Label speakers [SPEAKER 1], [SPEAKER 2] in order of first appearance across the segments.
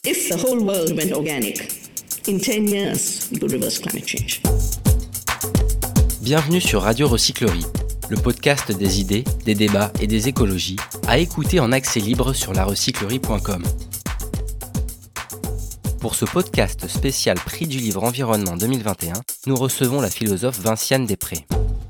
[SPEAKER 1] If the whole world went organic, in 10 years, we could reverse climate change.
[SPEAKER 2] Bienvenue sur Radio Recyclerie, le podcast des idées, des débats et des écologies, à écouter en accès libre sur larecyclerie.com. Pour ce podcast spécial Prix du Livre Environnement 2021, nous recevons la philosophe Vinciane Després.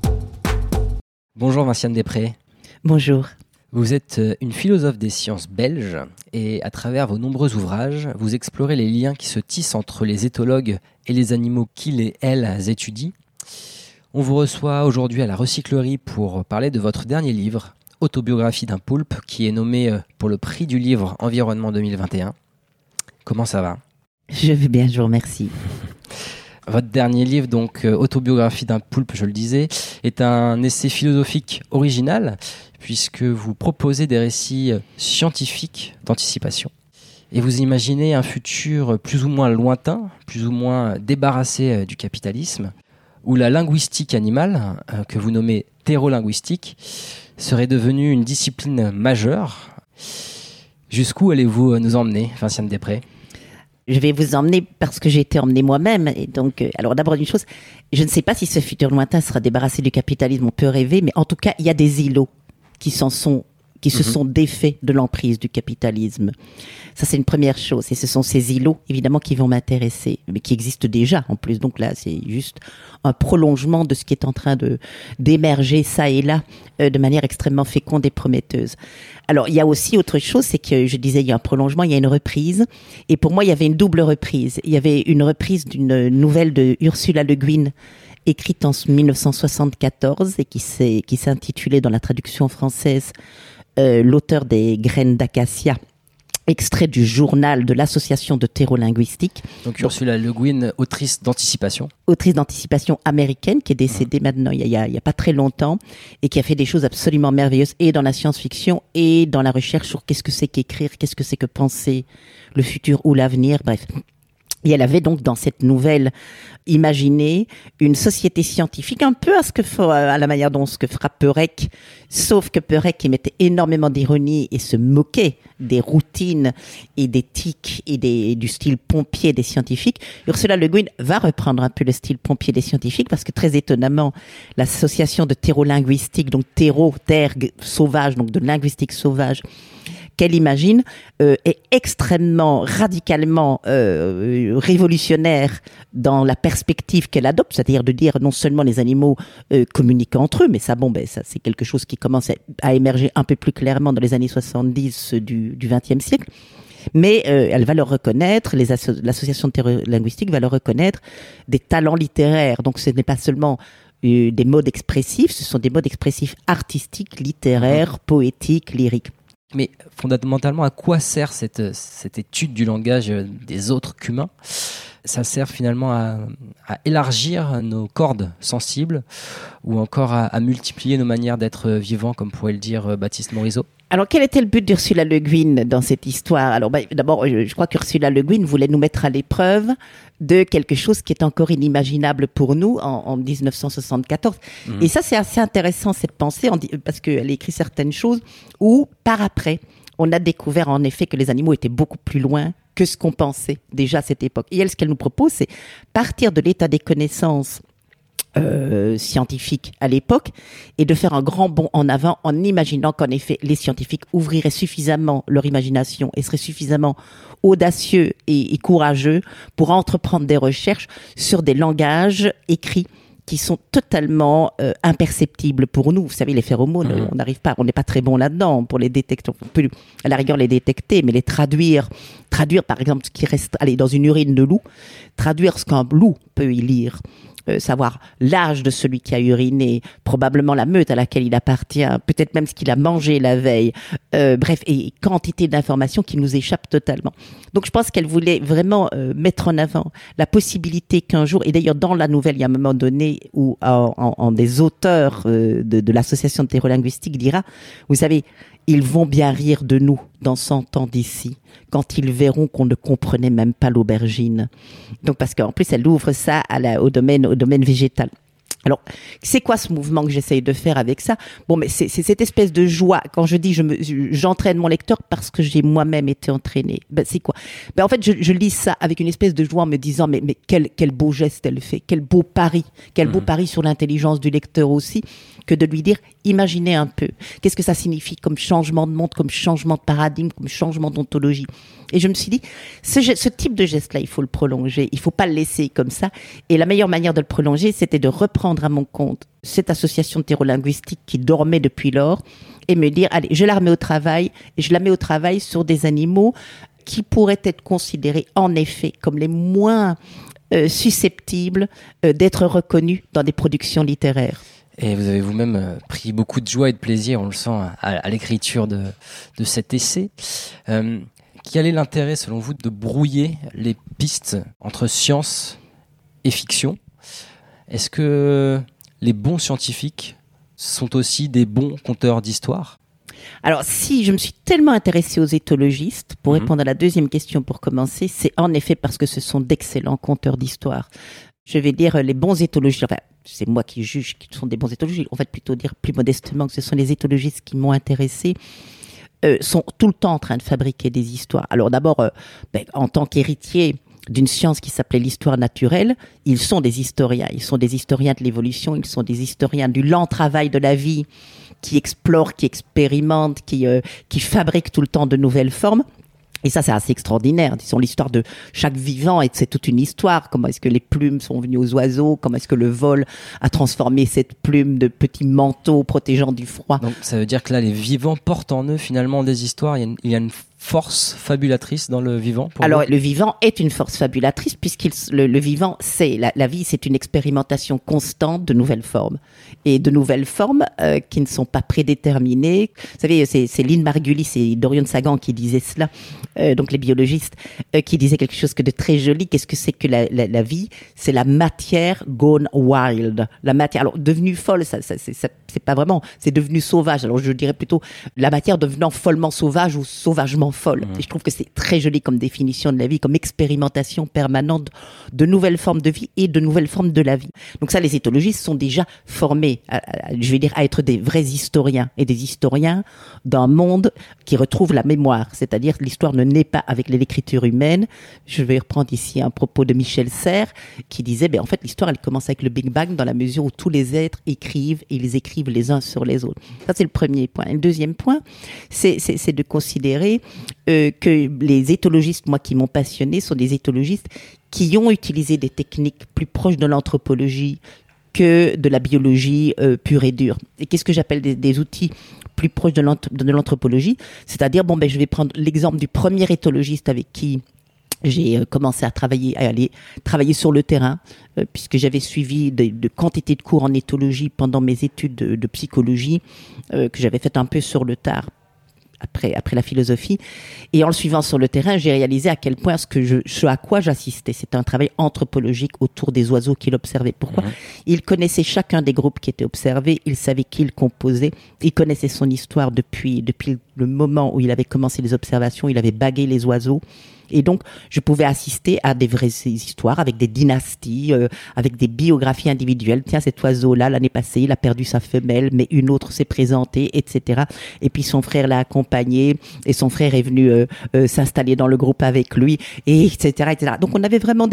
[SPEAKER 2] Bonjour Vinciane Després.
[SPEAKER 3] Bonjour.
[SPEAKER 2] Vous êtes une philosophe des sciences belge et à travers vos nombreux ouvrages, vous explorez les liens qui se tissent entre les éthologues et les animaux qu'ils et elles étudient. On vous reçoit aujourd'hui à la Recyclerie pour parler de votre dernier livre, Autobiographie d'un poulpe, qui est nommé pour le Prix du Livre Environnement 2021. Comment ça va ?
[SPEAKER 3] Je vais bien, je vous remercie.
[SPEAKER 2] Votre dernier livre, donc Autobiographie d'un poulpe, je le disais, est un essai philosophique original, puisque vous proposez des récits scientifiques d'anticipation. Et vous imaginez un futur plus ou moins lointain, plus ou moins débarrassé du capitalisme, où la linguistique animale, que vous nommez thérolinguistique, serait devenue une discipline majeure. Jusqu'où allez-vous nous emmener, Vinciane Després ?
[SPEAKER 3] Je vais vous emmener parce que j'ai été emmenée moi-même. Et donc, alors d'abord une chose, je ne sais pas si ce futur lointain sera débarrassé du capitalisme, on peut rêver, mais en tout cas, il y a des îlots qui se sont défaits de l'emprise du capitalisme. Ça, c'est une première chose. Et ce sont ces îlots, évidemment, qui vont m'intéresser, mais qui existent déjà, en plus. Donc là, c'est juste un prolongement de ce qui est en train d'émerger ça et là, de manière extrêmement féconde et prometteuse. Alors, il y a aussi autre chose, c'est que je disais, il y a un prolongement, il y a une reprise. Et pour moi, il y avait une double reprise. Il y avait une reprise d'une nouvelle de Ursula Le Guin, écrite en 1974 et qui s'intitulait dans la traduction française L'auteur des graines d'acacia, extrait du journal de l'association de thérolinguistique.
[SPEAKER 2] Donc Ursula Le Guin, autrice d'anticipation.
[SPEAKER 3] Autrice d'anticipation américaine qui est décédée maintenant il y a pas très longtemps et qui a fait des choses absolument merveilleuses et dans la science-fiction et dans la recherche sur qu'est-ce que c'est qu'écrire, qu'est-ce que c'est que penser le futur ou l'avenir, bref. Et elle avait donc dans cette nouvelle imaginé une société scientifique un peu à la manière dont ce que fera Perec, sauf que Perec y mettait énormément d'ironie et se moquait des routines et des tics et du style pompier des scientifiques. Ursula Le Guin va reprendre un peu le style pompier des scientifiques parce que très étonnamment, l'association de thérolinguistique, donc terre sauvage, donc de linguistique sauvage, qu'elle imagine est extrêmement, radicalement révolutionnaire dans la perspective qu'elle adopte, c'est-à-dire de dire non seulement les animaux communiquent entre eux, mais ça c'est quelque chose qui commence à émerger un peu plus clairement dans les années 70 du XXe siècle. Mais elle va leur reconnaître, l'association de thérolinguistique va leur reconnaître des talents littéraires. Donc ce n'est pas seulement des modes expressifs, ce sont des modes expressifs artistiques, littéraires, poétiques, lyriques.
[SPEAKER 2] Mais fondamentalement, à quoi sert cette étude du langage des autres qu'humains ? Ça sert finalement à élargir nos cordes sensibles ou encore à multiplier nos manières d'être vivants, comme pourrait le dire Baptiste Morisot.
[SPEAKER 3] Alors, quel était le but d'Ursula Le Guin dans cette histoire ? Alors, d'abord, je crois qu'Ursula Le Guin voulait nous mettre à l'épreuve de quelque chose qui est encore inimaginable pour nous en 1974. Et ça, c'est assez intéressant, cette pensée, parce qu'elle écrit certaines choses où, par après, on a découvert en effet que les animaux étaient beaucoup plus loin que ce qu'on pensait déjà à cette époque. Et elle, ce qu'elle nous propose, c'est partir de l'état des connaissances scientifiques à l'époque et de faire un grand bond en avant en imaginant qu'en effet les scientifiques ouvriraient suffisamment leur imagination et seraient suffisamment audacieux et courageux pour entreprendre des recherches sur des langages écrits qui sont totalement imperceptibles pour nous. Vous savez, les phéromones, on n'est pas très bon là-dedans pour les détecter. On peut à la rigueur les détecter, mais les traduire par exemple ce qui reste dans une urine de loup, traduire ce qu'un loup peut y lire. Savoir l'âge de celui qui a uriné, probablement la meute à laquelle il appartient, peut-être même ce qu'il a mangé la veille, bref, et quantité d'informations qui nous échappent totalement. Donc je pense qu'elle voulait vraiment mettre en avant la possibilité qu'un jour, et d'ailleurs dans la nouvelle, il y a un moment donné où en des auteurs de l'association de thérolinguistique dira, vous savez, ils vont bien rire de nous dans 100 ans d'ici, quand ils verront qu'on ne comprenait même pas l'aubergine. Donc, parce qu'en plus, elle ouvre ça au domaine végétal. Alors, c'est quoi ce mouvement que j'essaye de faire avec ça? Bon, mais c'est cette espèce de joie. Quand je dis j'entraîne mon lecteur parce que j'ai moi-même été entraînée. C'est quoi? En fait, je lis ça avec une espèce de joie en me disant, mais quel beau geste elle fait. Quel beau pari. Quel beau pari sur l'intelligence du lecteur aussi, que de lui dire, imaginez un peu. Qu'est-ce que ça signifie comme changement de monde, comme changement de paradigme, comme changement d'ontologie? Et je me suis dit, ce type de geste-là, il faut le prolonger. Il faut pas le laisser comme ça. Et la meilleure manière de le prolonger, c'était de reprendre à mon compte cette association thérolinguistique qui dormait depuis lors et me dire, allez, je la remets au travail, et je la mets au travail sur des animaux qui pourraient être considérés en effet comme les moins susceptibles d'être reconnus dans des productions littéraires.
[SPEAKER 2] Et vous avez vous-même pris beaucoup de joie et de plaisir, on le sent, à l'écriture de cet essai. Quel est l'intérêt, selon vous, de brouiller les pistes entre science et fiction? Est-ce que les bons scientifiques sont aussi des bons conteurs d'histoire?
[SPEAKER 3] Alors, si je me suis tellement intéressée aux éthologistes, pour répondre à la deuxième question pour commencer, c'est en effet parce que ce sont d'excellents conteurs d'histoire. Je vais dire les bons éthologistes, enfin, c'est moi qui juge qu'ils sont des bons éthologistes, on va plutôt dire plus modestement que ce sont les éthologistes qui m'ont intéressée, sont tout le temps en train de fabriquer des histoires. Alors d'abord, en tant qu'héritier d'une science qui s'appelait l'histoire naturelle, ils sont des historiens. Ils sont des historiens de l'évolution, ils sont des historiens du lent travail de la vie, qui explorent, qui expérimentent, qui fabriquent tout le temps de nouvelles formes. Et ça, c'est assez extraordinaire. Disons, l'histoire de chaque vivant, et c'est toute une histoire. Comment est-ce que les plumes sont venues aux oiseaux? Comment est-ce que le vol a transformé cette plume de petit manteau protégeant du froid?
[SPEAKER 2] Donc, ça veut dire que là, les vivants portent en eux finalement des histoires. Il y a une force fabulatrice dans le vivant?
[SPEAKER 3] Alors, le vivant est une force fabulatrice puisqu'il le vivant, c'est la vie, c'est une expérimentation constante de nouvelles formes. Et de nouvelles formes qui ne sont pas prédéterminées. Vous savez, c'est Lynn Margulis et Dorian Sagan qui disaient cela, donc les biologistes, qui disaient quelque chose de très joli. Qu'est-ce que c'est que la vie? C'est la matière gone wild. La matière, alors, devenue folle, ça c'est pas vraiment, c'est devenu sauvage. Alors, je dirais plutôt la matière devenant follement sauvage ou sauvagement folle. Et je trouve que c'est très joli comme définition de la vie, comme expérimentation permanente de nouvelles formes de vie et de nouvelles formes de la vie. Donc ça, les éthologistes sont déjà formés, je vais dire, à être des vrais historiens et des historiens d'un monde qui retrouve la mémoire. C'est-à-dire que l'histoire ne naît pas avec l'écriture humaine. Je vais reprendre ici un propos de Michel Serres qui disait, en fait, l'histoire, elle commence avec le Big Bang dans la mesure où tous les êtres écrivent et ils écrivent les uns sur les autres. Ça, c'est le premier point. Et le deuxième point, c'est de considérer que les éthologistes, moi, qui m'ont passionné, sont des éthologistes qui ont utilisé des techniques plus proches de l'anthropologie que de la biologie pure et dure. Et qu'est-ce que j'appelle des outils plus proches de l'anthropologie? C'est-à-dire, je vais prendre l'exemple du premier éthologiste avec qui j'ai commencé à aller travailler sur le terrain, puisque j'avais suivi de quantité de cours en éthologie pendant mes études de psychologie, que j'avais fait un peu sur le tard. Après la philosophie, et en le suivant sur le terrain, j'ai réalisé à quel point ce à quoi j'assistais, c'était un travail anthropologique autour des oiseaux qu'il observait. Pourquoi? Il connaissait chacun des groupes qui étaient observés, il savait qui il composait, il connaissait son histoire depuis le moment où il avait commencé les observations, il avait bagué les oiseaux. Et donc, je pouvais assister à des vraies histoires avec des dynasties, avec des biographies individuelles. Tiens, cet oiseau-là, l'année passée, il a perdu sa femelle, mais une autre s'est présentée, etc. Et puis, son frère l'a accompagné et son frère est venu s'installer dans le groupe avec lui, et etc., etc. Donc, on avait vraiment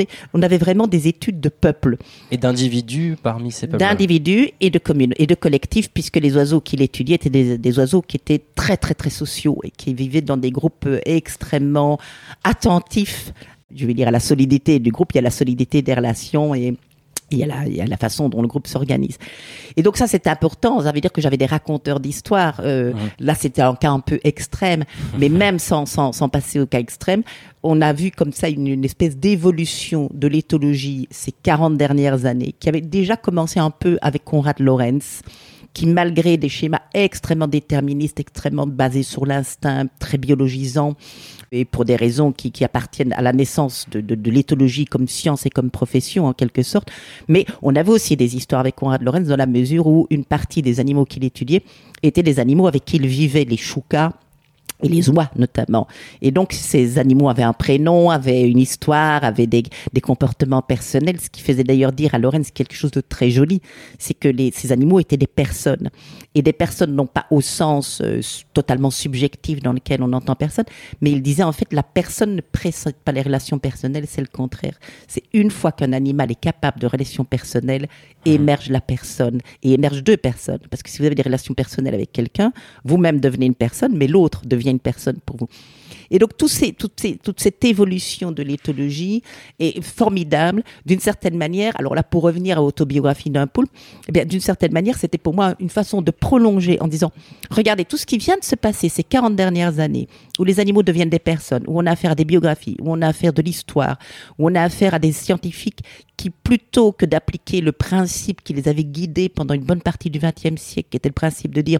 [SPEAKER 3] des études de peuples.
[SPEAKER 2] Et d'individus parmi ces peuples.
[SPEAKER 3] D'individus et de communes et de collectifs, puisque les oiseaux qu'il étudiait étaient des oiseaux qui étaient très, très, très sociaux et qui vivaient dans des groupes extrêmement attentif, je vais dire, à la solidité du groupe. Il y a la solidité des relations et il y a la façon dont le groupe s'organise. Et donc ça, c'est important. Ça veut dire que j'avais des raconteurs d'histoires. Là, c'était un cas un peu extrême, mais même sans passer au cas extrême, on a vu comme ça une espèce d'évolution de l'éthologie ces 40 dernières années, qui avait déjà commencé un peu avec Konrad Lorenz, qui, malgré des schémas extrêmement déterministes, extrêmement basés sur l'instinct, très biologisants, et pour des raisons qui appartiennent à la naissance de l'éthologie comme science et comme profession, en quelque sorte. Mais on avait aussi des histoires avec Konrad Lorenz dans la mesure où une partie des animaux qu'il étudiait étaient des animaux avec qui il vivait, les choucas, et les oies notamment. Et donc ces animaux avaient un prénom, avaient une histoire, avaient des comportements personnels, ce qui faisait d'ailleurs dire à Lorenz quelque chose de très joli, c'est que ces animaux étaient des personnes. Et des personnes non pas au sens totalement subjectif dans lequel on entend personne, mais il disait en fait la personne ne précède pas les relations personnelles, c'est le contraire. C'est une fois qu'un animal est capable de relations personnelles, émerge la personne, et émergent deux personnes. Parce que si vous avez des relations personnelles avec quelqu'un, vous-même devenez une personne, mais l'autre devient une personne pour vous. Et donc toute cette évolution de l'éthologie est formidable d'une certaine manière. Alors là, pour revenir à l'autobiographie d'un poulpe, eh bien, d'une certaine manière, c'était pour moi une façon de prolonger en disant, regardez, tout ce qui vient de se passer ces 40 dernières années, où les animaux deviennent des personnes, où on a affaire à des biographies, où on a affaire de l'histoire, où on a affaire à des scientifiques qui, plutôt que d'appliquer le principe qui les avait guidés pendant une bonne partie du XXe siècle, qui était le principe de dire,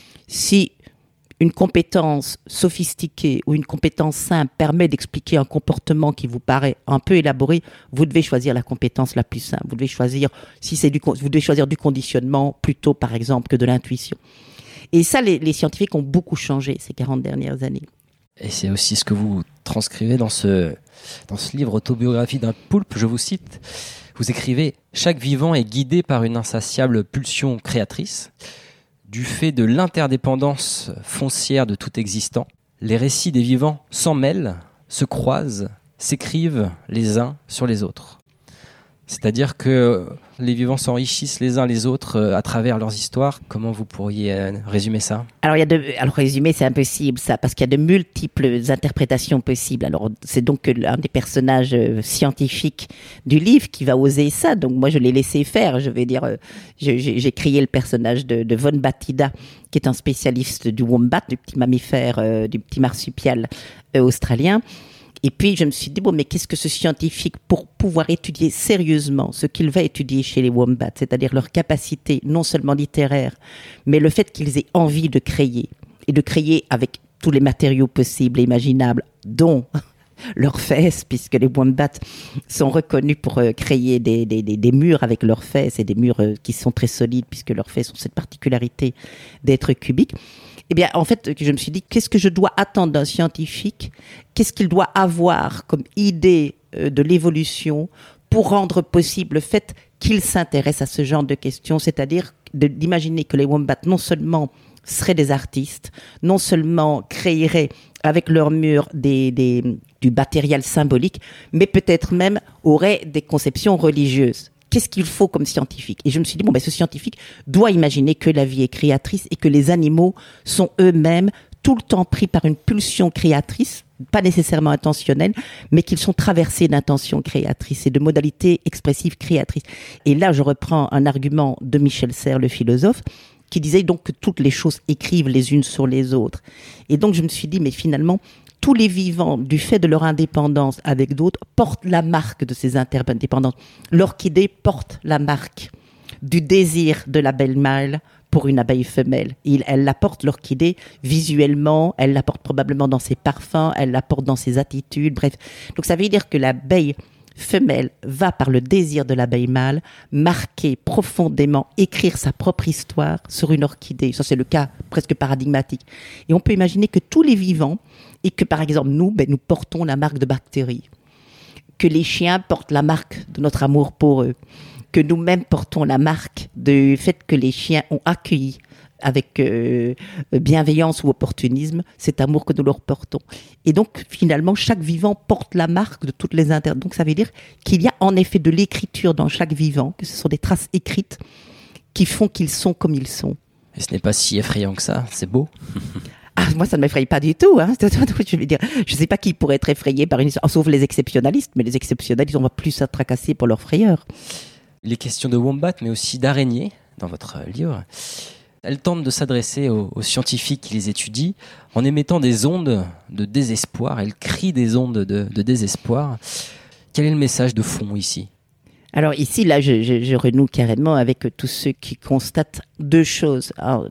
[SPEAKER 3] si une compétence sophistiquée ou une compétence simple permet d'expliquer un comportement qui vous paraît un peu élaboré, vous devez choisir la compétence la plus simple. Vous devez choisir, vous devez choisir du conditionnement plutôt, par exemple, que de l'intuition. Et ça, les scientifiques ont beaucoup changé ces 40 dernières années.
[SPEAKER 2] Et c'est aussi ce que vous transcrivez dans ce livre Autobiographie d'un poulpe, je vous cite. Vous écrivez « Chaque vivant est guidé par une insatiable pulsion créatrice. Du fait de l'interdépendance foncière de tout existant, les récits des vivants s'en mêlent, se croisent, s'écrivent les uns sur les autres. » C'est-à-dire que les vivants s'enrichissent les uns les autres à travers leurs histoires. Comment vous pourriez résumer ça ?
[SPEAKER 3] Alors, résumer, c'est impossible, ça, parce qu'il y a de multiples interprétations possibles. Alors, c'est donc l'un des personnages scientifiques du livre qui va oser ça. Donc, moi, je l'ai laissé faire. Je vais dire, j'ai créé le personnage de Von Batida, qui est un spécialiste du wombat, du petit mammifère, du petit marsupial australien. Et puis, je me suis dit, bon, mais qu'est-ce que ce scientifique, pour pouvoir étudier sérieusement ce qu'il va étudier chez les wombats, c'est-à-dire leur capacité non seulement littéraire, mais le fait qu'ils aient envie de créer, et de créer avec tous les matériaux possibles et imaginables, dont leurs fesses, puisque les wombats sont reconnus pour créer des murs avec leurs fesses, et des murs qui sont très solides, puisque leurs fesses ont cette particularité d'être cubiques. Eh bien, en fait, je me suis dit, qu'est-ce que je dois attendre d'un scientifique ? Qu'est-ce qu'il doit avoir comme idée de l'évolution pour rendre possible le fait qu'il s'intéresse à ce genre de questions, c'est-à-dire d'imaginer que les wombats non seulement seraient des artistes, non seulement créeraient avec leurs murs du matériel symbolique, mais peut-être même auraient des conceptions religieuses. Qu'est-ce qu'il faut comme scientifique ? Et je me suis dit, ce scientifique doit imaginer que la vie est créatrice et que les animaux sont eux-mêmes tout le temps pris par une pulsion créatrice, pas nécessairement intentionnelle, mais qu'ils sont traversés d'intentions créatrices et de modalités expressives créatrices. Et là, je reprends un argument de Michel Serres, le philosophe, qui disait donc que toutes les choses écrivent les unes sur les autres. Et donc, je me suis dit, mais finalement, tous les vivants, du fait de leur indépendance avec d'autres, portent la marque de ces interdépendances. L'orchidée porte la marque du désir de l'abeille mâle pour une abeille femelle. Elle la porte, l'orchidée, visuellement, elle la porte probablement dans ses parfums, elle la porte dans ses attitudes, bref. Donc ça veut dire que l'abeille femelle va, par le désir de l'abeille mâle, marquer profondément, écrire sa propre histoire sur une orchidée. Ça, c'est le cas presque paradigmatique. Et on peut imaginer que tous les vivants, et que par exemple nous portons la marque de bactéries, que les chiens portent la marque de notre amour pour eux, que nous-mêmes portons la marque du fait que les chiens ont accueilli avec bienveillance ou opportunisme cet amour que nous leur portons. Et donc finalement chaque vivant porte la marque de toutes les donc ça veut dire qu'il y a en effet de l'écriture dans chaque vivant, que ce sont des traces écrites qui font qu'ils sont comme ils sont.
[SPEAKER 2] Et ce n'est pas si effrayant que ça, c'est beau.
[SPEAKER 3] Moi, ça ne m'effraie pas du tout. Je veux dire, je ne sais pas qui pourrait être effrayé par une histoire, sauf les exceptionnalistes, mais les exceptionnalistes, on va plus se tracasser pour leur frayeur.
[SPEAKER 2] Les questions de wombat, mais aussi d'araignées, dans votre livre, elles tentent de s'adresser aux scientifiques qui les étudient en émettant des ondes de désespoir. Elles crient des ondes de désespoir. Quel est le message de fond ici ?
[SPEAKER 3] Alors ici, là, je renoue carrément avec tous ceux qui constatent deux choses. Alors,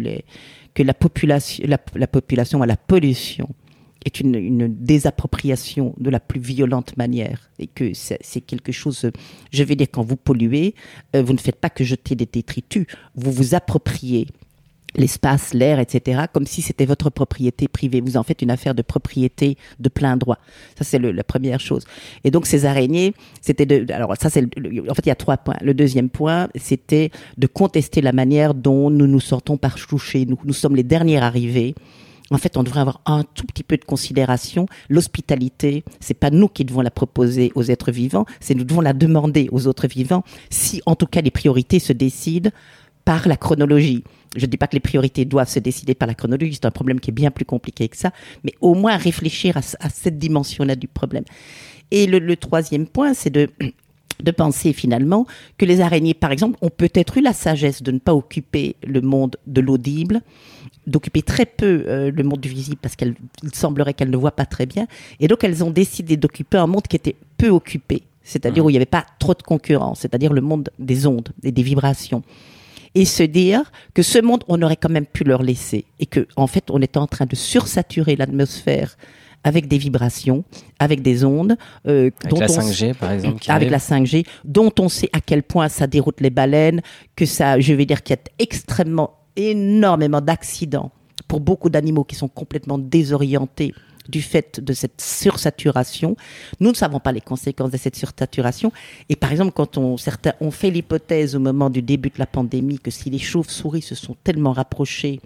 [SPEAKER 3] que la population, la pollution est une désappropriation de la plus violente manière, et que c'est quelque chose, je vais dire, quand vous polluez, vous ne faites pas que jeter des détritus, vous vous appropriez l'espace, l'air, etc., comme si c'était votre propriété privée. Vous en faites une affaire de propriété de plein droit. Ça, c'est la première chose. Et donc, ces araignées, alors ça, en fait, il y a 3 points. Le deuxième point, c'était de contester la manière dont nous nous sortons par toucher. Nous sommes les derniers arrivés. En fait, on devrait avoir un tout petit peu de considération. L'hospitalité, c'est pas nous qui devons la proposer aux êtres vivants, c'est nous devons la demander aux autres vivants, si, en tout cas, les priorités se décident par la chronologie. Je ne dis pas que les priorités doivent se décider par la chronologie, c'est un problème qui est bien plus compliqué que ça, mais au moins réfléchir à cette dimension-là du problème. Et le troisième point, c'est de penser finalement que les araignées, par exemple, ont peut-être eu la sagesse de ne pas occuper le monde de l'audible, d'occuper très peu le monde du visible parce qu'il semblerait qu'elles ne voient pas très bien, et donc elles ont décidé d'occuper un monde qui était peu occupé, c'est-à-dire où il n'y avait pas trop de concurrence, c'est-à-dire le monde des ondes et des vibrations. Et se dire que ce monde, on aurait quand même pu leur laisser. Et que, en fait, on est en train de sursaturer l'atmosphère avec des vibrations, avec des ondes.
[SPEAKER 2] Avec la 5G, par exemple.
[SPEAKER 3] Avec la 5G, dont on sait à quel point ça déroute les baleines, que ça, je vais dire qu'il y a énormément d'accidents pour beaucoup d'animaux qui sont complètement désorientés du fait de cette sursaturation. Nous ne savons pas les conséquences de cette sursaturation. Et par exemple, quand certains ont fait l'hypothèse au moment du début de la pandémie que si les chauves-souris se sont tellement rapprochés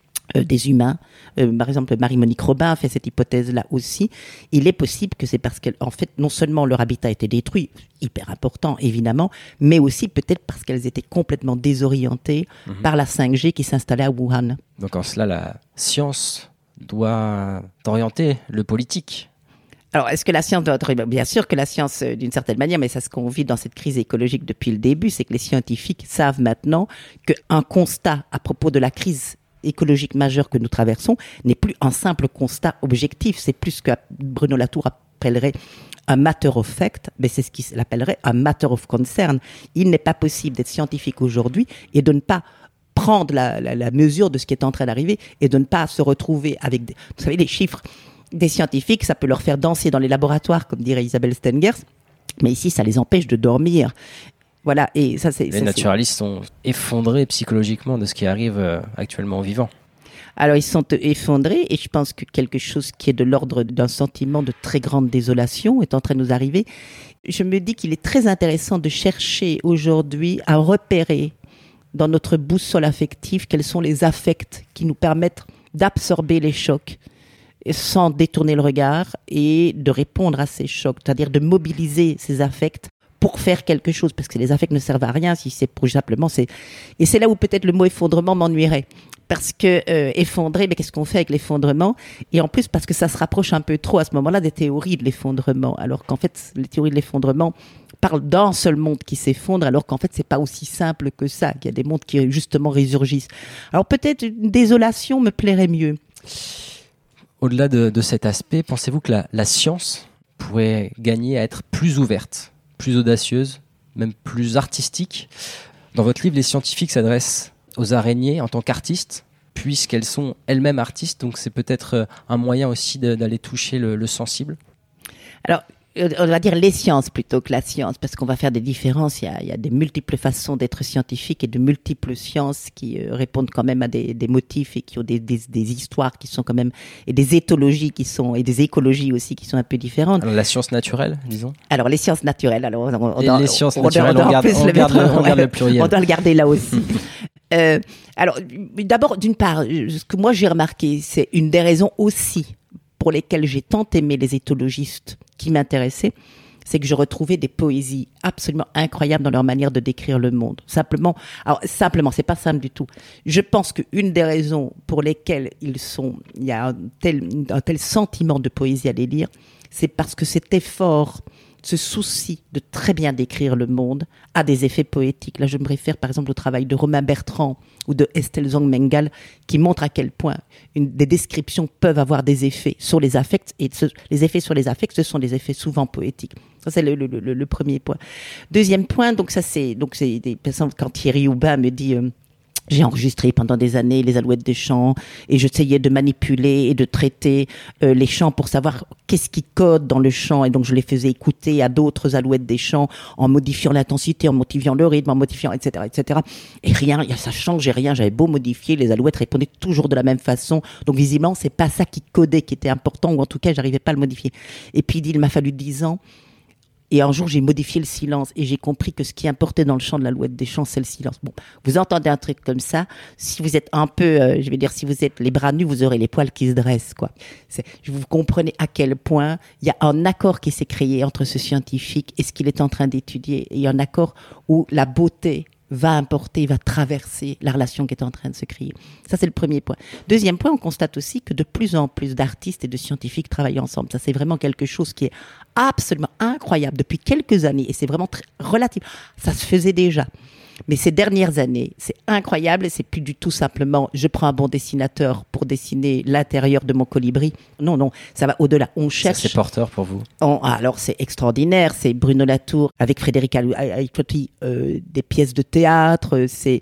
[SPEAKER 3] des humains, par exemple Marie-Monique Robin a fait cette hypothèse-là aussi, il est possible que c'est parce qu'en fait, non seulement leur habitat a été détruit, hyper important évidemment, mais aussi peut-être parce qu'elles étaient complètement désorientées par la 5G qui s'installait à Wuhan.
[SPEAKER 2] Donc en cela, la science doit orienter le politique.
[SPEAKER 3] Alors, est-ce que la science doit être... Bien sûr que la science, d'une certaine manière, mais c'est ce qu'on vit dans cette crise écologique depuis le début, c'est que les scientifiques savent maintenant qu'un constat à propos de la crise écologique majeure que nous traversons n'est plus un simple constat objectif, c'est plus ce que Bruno Latour appellerait un matter of fact, mais c'est ce qu'il appellerait un matter of concern. Il n'est pas possible d'être scientifique aujourd'hui et de ne pas prendre la mesure de ce qui est en train d'arriver et de ne pas se retrouver avec, vous savez, les chiffres des scientifiques, ça peut leur faire danser dans les laboratoires, comme dirait Isabelle Stengers, mais ici, ça les empêche de dormir. Voilà, et ça,
[SPEAKER 2] les naturalistes sont effondrés psychologiquement de ce qui arrive actuellement aux vivants.
[SPEAKER 3] Alors, ils sont effondrés et je pense que quelque chose qui est de l'ordre d'un sentiment de très grande désolation est en train de nous arriver. Je me dis qu'il est très intéressant de chercher aujourd'hui à repérer dans notre boussole affective quels sont les affects qui nous permettent d'absorber les chocs sans détourner le regard et de répondre à ces chocs, c'est-à-dire de mobiliser ces affects pour faire quelque chose, parce que les affects ne servent à rien si c'est pour simplement... Et c'est là où peut-être le mot effondrement m'ennuierait. Parce que effondrer, mais qu'est-ce qu'on fait avec l'effondrement ? Et en plus, parce que ça se rapproche un peu trop à ce moment-là des théories de l'effondrement, alors qu'en fait, les théories de l'effondrement parlent d'un seul monde qui s'effondre, alors qu'en fait, c'est pas aussi simple que ça, qu'il y a des mondes qui justement résurgissent. Alors peut-être une désolation me plairait mieux.
[SPEAKER 2] Au-delà de cet aspect, pensez-vous que la science pourrait gagner à être plus ouverte, plus audacieuse, même plus artistique ? Dans votre livre, les scientifiques s'adressent aux araignées en tant qu'artistes, puisqu'elles sont elles-mêmes artistes, donc c'est peut-être un moyen aussi d'aller toucher le sensible.
[SPEAKER 3] Alors, on va dire les sciences plutôt que la science, parce qu'on va faire des différences. Il y a de multiples façons d'être scientifique et de multiples sciences qui répondent quand même à des motifs et qui ont des histoires qui sont quand même, et des éthologies qui sont, et des écologies aussi qui sont un peu différentes. Alors,
[SPEAKER 2] la science naturelle, disons.
[SPEAKER 3] Alors, les sciences naturelles. Alors,
[SPEAKER 2] les sciences naturelles, on garde le pluriel.
[SPEAKER 3] On doit le garder là aussi. Alors, d'abord, d'une part, ce que moi j'ai remarqué, c'est une des raisons aussi pour lesquelles j'ai tant aimé les éthologistes qui m'intéressaient, c'est que je retrouvais des poésies absolument incroyables dans leur manière de décrire le monde. Simplement, c'est pas simple du tout. Je pense qu'une des raisons pour lesquelles il y a un tel sentiment de poésie à les lire, c'est parce que cet effort, ce souci de très bien décrire le monde a des effets poétiques. Là, je me réfère par exemple au travail de Romain Bertrand ou de Estelle Zong-Mengal qui montre à quel point des descriptions peuvent avoir des effets sur les affects et les effets sur les affects, ce sont des effets souvent poétiques. Ça, c'est le premier point. Deuxième point, donc des personnes, quand Thierry Houbin me dit J'ai enregistré pendant des années les alouettes des champs et j'essayais de manipuler et de traiter les chants pour savoir qu'est-ce qui code dans le chant. Et donc, je les faisais écouter à d'autres alouettes des champs en modifiant l'intensité, en modifiant le rythme, en modifiant, etc., etc. Et rien, ça changeait rien. J'avais beau modifier, les alouettes répondaient toujours de la même façon. Donc, visiblement, c'est pas ça qui codait qui était important, ou en tout cas, j'arrivais pas à le modifier. Et puis, il m'a fallu 10 ans. Et un jour, j'ai modifié le silence et j'ai compris que ce qui importait dans le chant de l'alouette des champs, c'est le silence. Bon, vous entendez un truc comme ça, si vous êtes un peu, je vais dire, si vous êtes les bras nus, vous aurez les poils qui se dressent, quoi. Vous comprenez à quel point il y a un accord qui s'est créé entre ce scientifique et ce qu'il est en train d'étudier. Et il y a un accord où la beauté va importer, va traverser la relation qui est en train de se créer. Ça, c'est le premier point. Deuxième point, on constate aussi que de plus en plus d'artistes et de scientifiques travaillent ensemble. Ça, c'est vraiment quelque chose qui est absolument incroyable depuis quelques années et c'est vraiment relatif. Ça se faisait déjà. Mais ces dernières années, c'est incroyable et c'est plus du tout simplement je prends un bon dessinateur pour dessiner l'intérieur de mon colibri. Non, non, ça va au-delà. On cherche.
[SPEAKER 2] C'est porteur pour vous.
[SPEAKER 3] Alors c'est extraordinaire. C'est Bruno Latour avec Frédéric Aïtotti, des pièces de théâtre. C'est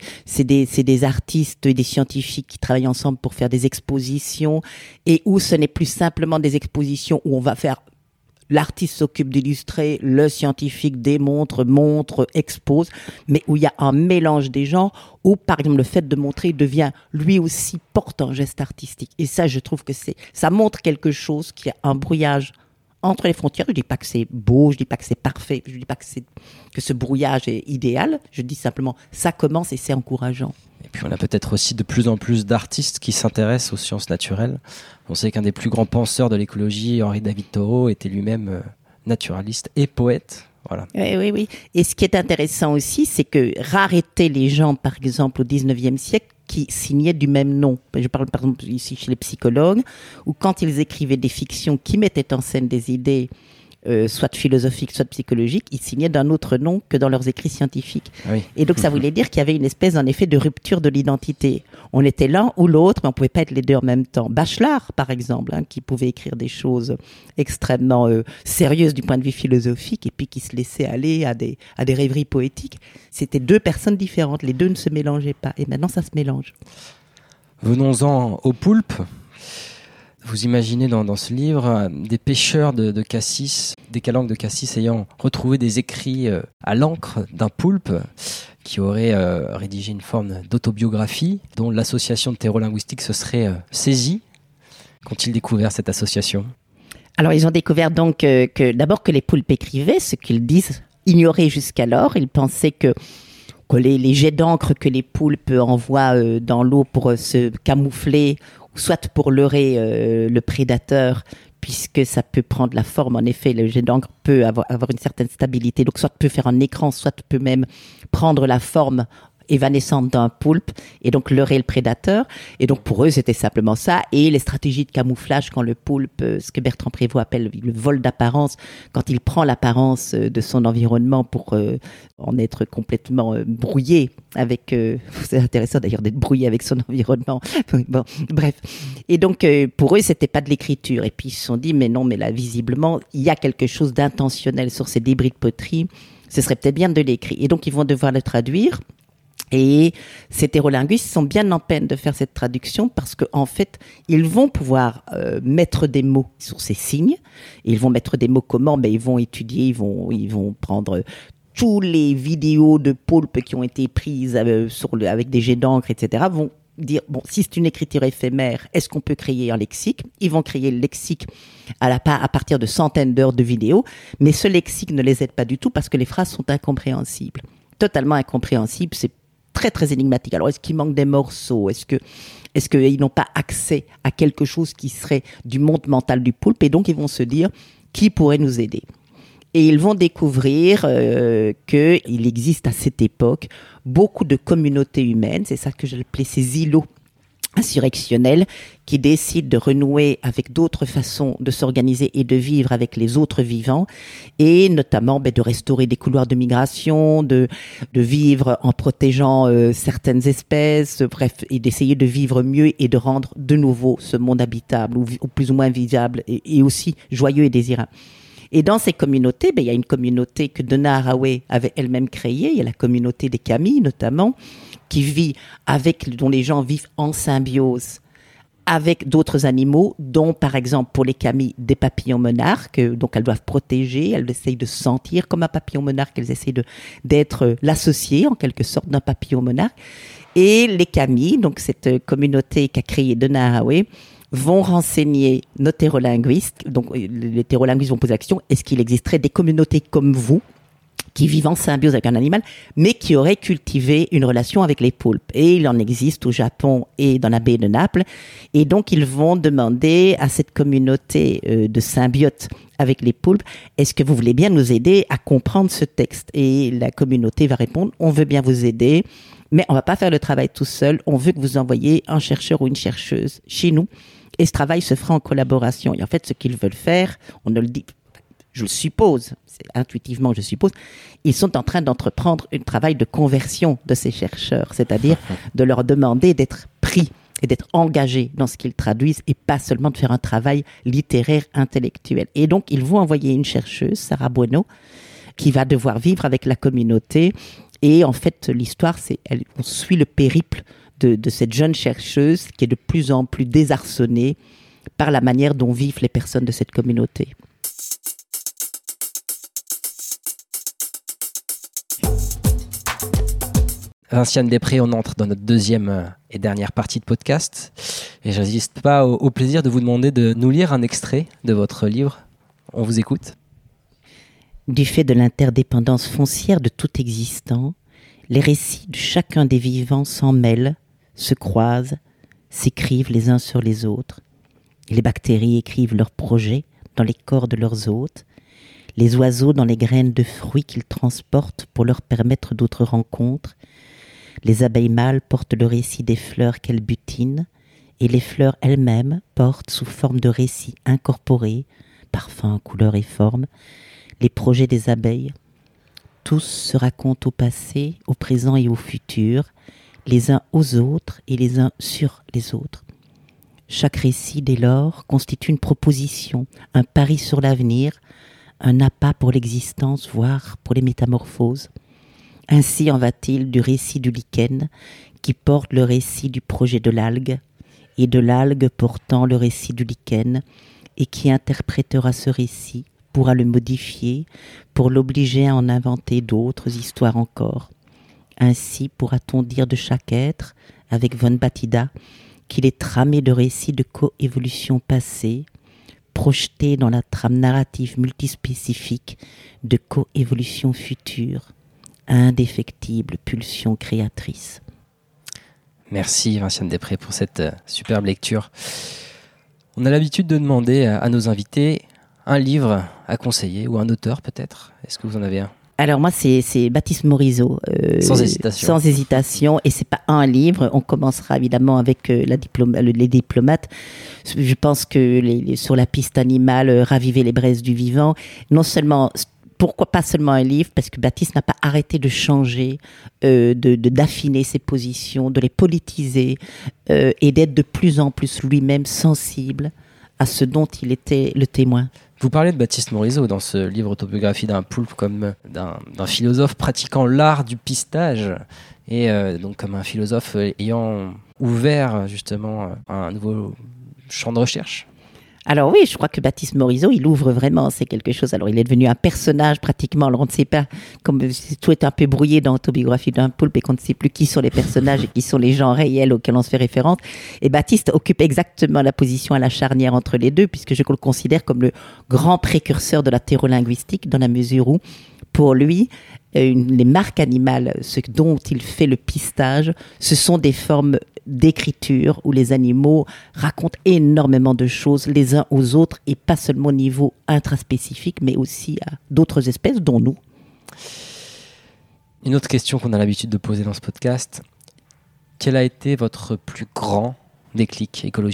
[SPEAKER 3] des artistes et des scientifiques qui travaillent ensemble pour faire des expositions et où ce n'est plus simplement des expositions où on va faire. L'artiste s'occupe d'illustrer, le scientifique démontre, montre, expose, mais où il y a un mélange des genres, où par exemple le fait de montrer devient lui aussi porte un geste artistique. Et ça, je trouve que ça montre quelque chose qui a un brouillage entre les frontières. Je dis pas que c'est beau, je dis pas que c'est parfait, je dis pas que ce brouillage est idéal, je dis simplement ça commence et c'est encourageant.
[SPEAKER 2] Et puis on a peut-être aussi de plus en plus d'artistes qui s'intéressent aux sciences naturelles. On sait qu'un des plus grands penseurs de l'écologie, Henri David Thoreau, était lui-même naturaliste et poète. Voilà.
[SPEAKER 3] Oui. Et ce qui est intéressant aussi, c'est que rares étaient les gens, par exemple, au 19e siècle, qui signaient du même nom. Je parle par exemple ici chez les psychologues, où quand ils écrivaient des fictions qui mettaient en scène des idées soit philosophiques, soit psychologiques, ils signaient d'un autre nom que dans leurs écrits scientifiques.
[SPEAKER 2] Oui.
[SPEAKER 3] Et donc ça voulait dire qu'il y avait une espèce en effet de rupture de l'identité. On était l'un ou l'autre, mais on pouvait pas être les deux en même temps. Bachelard, par exemple, qui pouvait écrire des choses extrêmement sérieuses du point de vue philosophique et puis qui se laissait aller à des rêveries poétiques. C'était deux personnes différentes, les deux ne se mélangeaient pas. Et maintenant ça se mélange.
[SPEAKER 2] Venons-en aux poulpes. Vous imaginez dans ce livre des pêcheurs de cassis, des calanques de cassis ayant retrouvé des écrits à l'encre d'un poulpe qui aurait rédigé une forme d'autobiographie dont l'association de terreau-linguistique se serait saisie. Qu'ont-ils découvert cette association ?
[SPEAKER 3] Alors ils ont découvert donc que d'abord que les poulpes écrivaient, ce qu'ils disent ignorer jusqu'alors. Ils pensaient que les jets d'encre que les poulpes envoient dans l'eau pour se camoufler, soit pour leurrer le prédateur, puisque ça peut prendre la forme, en effet, le jet d'encre peut avoir une certaine stabilité, donc soit peut faire un écran, soit peut même prendre la forme évanescente d'un poulpe et donc leurrer le prédateur. Et donc pour eux, c'était simplement ça. Et les stratégies de camouflage quand le poulpe, ce que Bertrand Prévost appelle le vol d'apparence, quand il prend l'apparence de son environnement pour en être complètement brouillé avec... c'est intéressant d'ailleurs d'être brouillé avec son environnement. Bon, bref. Et donc pour eux, c'était pas de l'écriture. Et puis ils se sont dit, mais non, mais là, visiblement, il y a quelque chose d'intentionnel sur ces débris de poterie. Ce serait peut-être bien de l'écrire. Et donc ils vont devoir le traduire. Et ces terreau-linguistes sont bien en peine de faire cette traduction parce qu'en fait, ils vont pouvoir mettre des mots sur ces signes. Et ils vont mettre des mots comment ? Ben, ils vont étudier, ils vont prendre tous les vidéos de poulpes qui ont été prises avec des jets d'encre, etc. Vont dire, bon, si c'est une écriture éphémère, est-ce qu'on peut créer un lexique ? Ils vont créer le lexique à partir de centaines d'heures de vidéos. Mais ce lexique ne les aide pas du tout parce que les phrases sont incompréhensibles. Totalement incompréhensibles. C'est très très énigmatique. Alors est-ce qu'il manque des morceaux ? Est-ce qu'ils n'ont pas accès à quelque chose qui serait du monde mental du poulpe ? Et donc ils vont se dire qui pourrait nous aider ? Et ils vont découvrir qu'il existe à cette époque beaucoup de communautés humaines, c'est ça que j'appelais ces îlots insurrectionnels qui décident de renouer avec d'autres façons de s'organiser et de vivre avec les autres vivants et notamment de restaurer des couloirs de migration, de vivre en protégeant certaines espèces, bref, et d'essayer de vivre mieux et de rendre de nouveau ce monde habitable ou plus ou moins vivable et aussi joyeux et désirable. Et dans ces communautés, il y a une communauté que Donna Haraway avait elle-même créée. Il y a la communauté des Camis, notamment, dont les gens vivent en symbiose avec d'autres animaux, dont par exemple pour les Camis des papillons monarques, donc elles doivent protéger, elles essayent de se sentir comme un papillon monarque, elles essayent d'être l'associé en quelque sorte d'un papillon monarque. Et les Camis, donc cette communauté qu'a créée Donna Haraway, vont renseigner nos thérolinguistes. Donc les thérolinguistes vont poser la question, est-ce qu'il existerait des communautés comme vous qui vivent en symbiose avec un animal, mais qui auraient cultivé une relation avec les poulpes. Et il en existe au Japon et dans la baie de Naples. Et donc, ils vont demander à cette communauté de symbiotes avec les poulpes, est-ce que vous voulez bien nous aider à comprendre ce texte? Et la communauté va répondre, on veut bien vous aider, mais on ne va pas faire le travail tout seul. On veut que vous envoyiez un chercheur ou une chercheuse chez nous. Et ce travail se fera en collaboration. Et en fait, ce qu'ils veulent faire, on ne le dit, je le suppose, intuitivement je suppose, ils sont en train d'entreprendre un travail de conversion de ces chercheurs, c'est-à-dire de leur demander d'être pris et d'être engagés dans ce qu'ils traduisent et pas seulement de faire un travail littéraire, intellectuel. Et donc, ils vont envoyer une chercheuse, Sarah Bueno, qui va devoir vivre avec la communauté. Et en fait, l'histoire, on suit le périple de cette jeune chercheuse qui est de plus en plus désarçonnée par la manière dont vivent les personnes de cette communauté.
[SPEAKER 2] Vinciane Després, on entre dans notre deuxième et dernière partie de podcast. Et je résiste pas au plaisir de vous demander de nous lire un extrait de votre livre. On vous écoute.
[SPEAKER 3] Du fait de l'interdépendance foncière de tout existant, les récits de chacun des vivants s'en mêlent, se croisent, s'écrivent les uns sur les autres. Et les bactéries écrivent leurs projets dans les corps de leurs hôtes, les oiseaux dans les graines de fruits qu'ils transportent pour leur permettre d'autres rencontres. Les abeilles mâles portent le récit des fleurs qu'elles butinent, et les fleurs elles-mêmes portent sous forme de récits incorporés, parfums, couleurs et formes, les projets des abeilles. Tous se racontent au passé, au présent et au futur, les uns aux autres et les uns sur les autres. Chaque récit, dès lors, constitue une proposition, un pari sur l'avenir, un appât pour l'existence, voire pour les métamorphoses. Ainsi en va-t-il du récit du lichen qui porte le récit du projet de l'algue, et de l'algue portant le récit du lichen, et qui interprétera ce récit, pourra le modifier, pour l'obliger à en inventer d'autres histoires encore. Ainsi pourra-t-on dire de chaque être, avec von Battida, qu'il est tramé de récits de coévolution passée, projeté dans la trame narrative multispécifique de coévolution future, indéfectible pulsion créatrice.
[SPEAKER 2] Merci Vinciane Després pour cette superbe lecture. On a l'habitude de demander à nos invités un livre à conseiller ou un auteur peut-être. Est-ce que vous en avez un ?
[SPEAKER 3] Alors moi, c'est Baptiste Morisot.
[SPEAKER 2] Sans hésitation.
[SPEAKER 3] Sans hésitation. Et c'est pas un livre. On commencera évidemment avec les diplomates. Je pense que sur la piste animale, raviver les braises du vivant. Non seulement, pourquoi pas seulement un livre ? Parce que Baptiste n'a pas arrêté de changer, d'affiner ses positions, de les politiser et d'être de plus en plus lui-même sensible à ce dont il était le témoin.
[SPEAKER 2] Vous parlez de Baptiste Morisot dans ce livre autobiographie d'un poulpe comme d'un philosophe pratiquant l'art du pistage et donc comme un philosophe ayant ouvert justement un nouveau champ de recherche.
[SPEAKER 3] Alors oui, je crois que Baptiste Morisot, il ouvre vraiment, c'est quelque chose. Alors il est devenu un personnage pratiquement, alors on ne sait pas, comme tout est un peu brouillé dans l'autobiographie d'un poulpe et qu'on ne sait plus qui sont les personnages et qui sont les gens réels auxquels on se fait référence. Et Baptiste occupe exactement la position à la charnière entre les deux, puisque je le considère comme le grand précurseur de la thérolinguistique, dans la mesure où, pour lui, les marques animales, ce dont il fait le pistage, ce sont des formes d'écriture où les animaux racontent énormément de choses les uns aux autres et pas seulement au niveau intraspécifique, mais aussi à d'autres espèces, dont nous.
[SPEAKER 2] Une autre question qu'on a l'habitude de poser dans ce podcast. Quel a été votre plus grand déclic écologique ?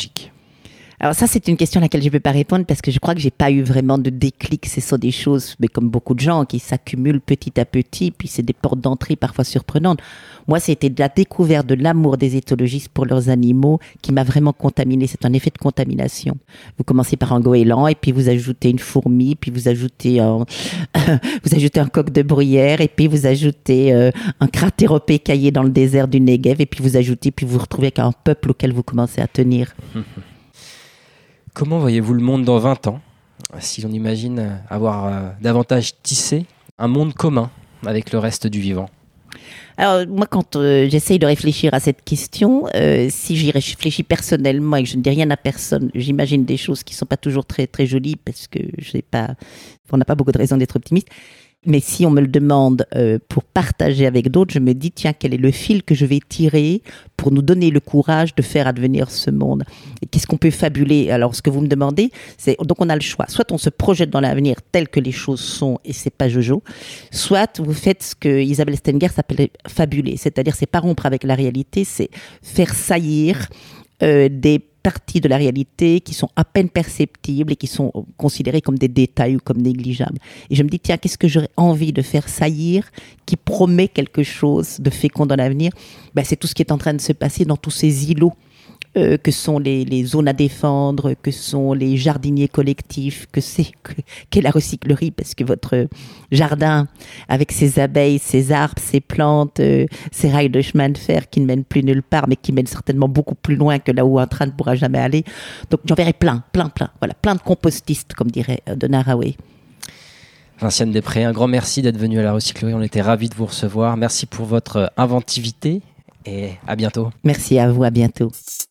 [SPEAKER 3] Alors ça, c'est une question à laquelle je ne peux pas répondre parce que je crois que j'ai pas eu vraiment de déclic. Ce sont des choses, mais comme beaucoup de gens, qui s'accumulent petit à petit, puis c'est des portes d'entrée parfois surprenantes. Moi, c'était de la découverte de l'amour des éthologistes pour leurs animaux qui m'a vraiment contaminé. C'est un effet de contamination. Vous commencez par un goéland et puis vous ajoutez une fourmi, puis vous ajoutez vous ajoutez un coq de bruyère et puis vous ajoutez un cratéropé caillé dans le désert du Negev et puis vous ajoutez, puis vous vous retrouvez avec un peuple auquel vous commencez à tenir.
[SPEAKER 2] Comment voyez-vous le monde dans 20 ans, si l'on imagine avoir davantage tissé un monde commun avec le reste du vivant?
[SPEAKER 3] Alors moi, quand j'essaye de réfléchir à cette question, si j'y réfléchis personnellement et que je ne dis rien à personne, j'imagine des choses qui ne sont pas toujours très très jolies parce que on n'a pas beaucoup de raisons d'être optimiste. Mais si on me le demande pour partager avec d'autres, je me dis, tiens, quel est le fil que je vais tirer pour nous donner le courage de faire advenir ce monde? Et qu'est-ce qu'on peut fabuler? Alors, ce que vous me demandez, c'est, donc on a le choix. Soit on se projette dans l'avenir tel que les choses sont, et c'est pas Jojo, soit vous faites ce que Isabelle Stenger s'appelait fabuler. C'est-à-dire, c'est pas rompre avec la réalité, c'est faire saillir des parties de la réalité qui sont à peine perceptibles et qui sont considérées comme des détails ou comme négligeables. Et je me dis, tiens, qu'est-ce que j'aurais envie de faire saillir qui promet quelque chose de fécond dans l'avenir? C'est tout ce qui est en train de se passer dans tous ces îlots que sont les zones à défendre, que sont les jardiniers collectifs, qu'est la recyclerie, parce que votre jardin, avec ses abeilles, ses arbres, ses plantes, ses rails de chemin de fer qui ne mènent plus nulle part, mais qui mènent certainement beaucoup plus loin que là où un train ne pourra jamais aller. Donc j'en verrai plein. Voilà, plein de compostistes, comme dirait Donna Haraway.
[SPEAKER 2] Vinciane Després, un grand merci d'être venue à la recyclerie. On était ravis de vous recevoir. Merci pour votre inventivité et à bientôt.
[SPEAKER 3] Merci à vous, à bientôt.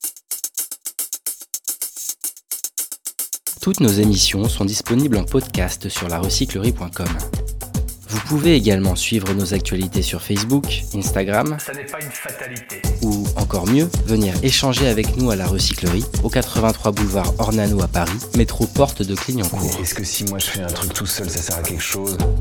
[SPEAKER 2] Toutes nos émissions sont disponibles en podcast sur larecyclerie.com. Vous pouvez également suivre nos actualités sur Facebook, Instagram.
[SPEAKER 4] Ça n'est pas une fatalité.
[SPEAKER 2] Ou encore mieux, venir échanger avec nous à la recyclerie, au 83 boulevard Ornano à Paris, métro porte de Clignancourt.
[SPEAKER 4] Est-ce que si moi je fais un truc tout seul, ça sert à quelque chose ?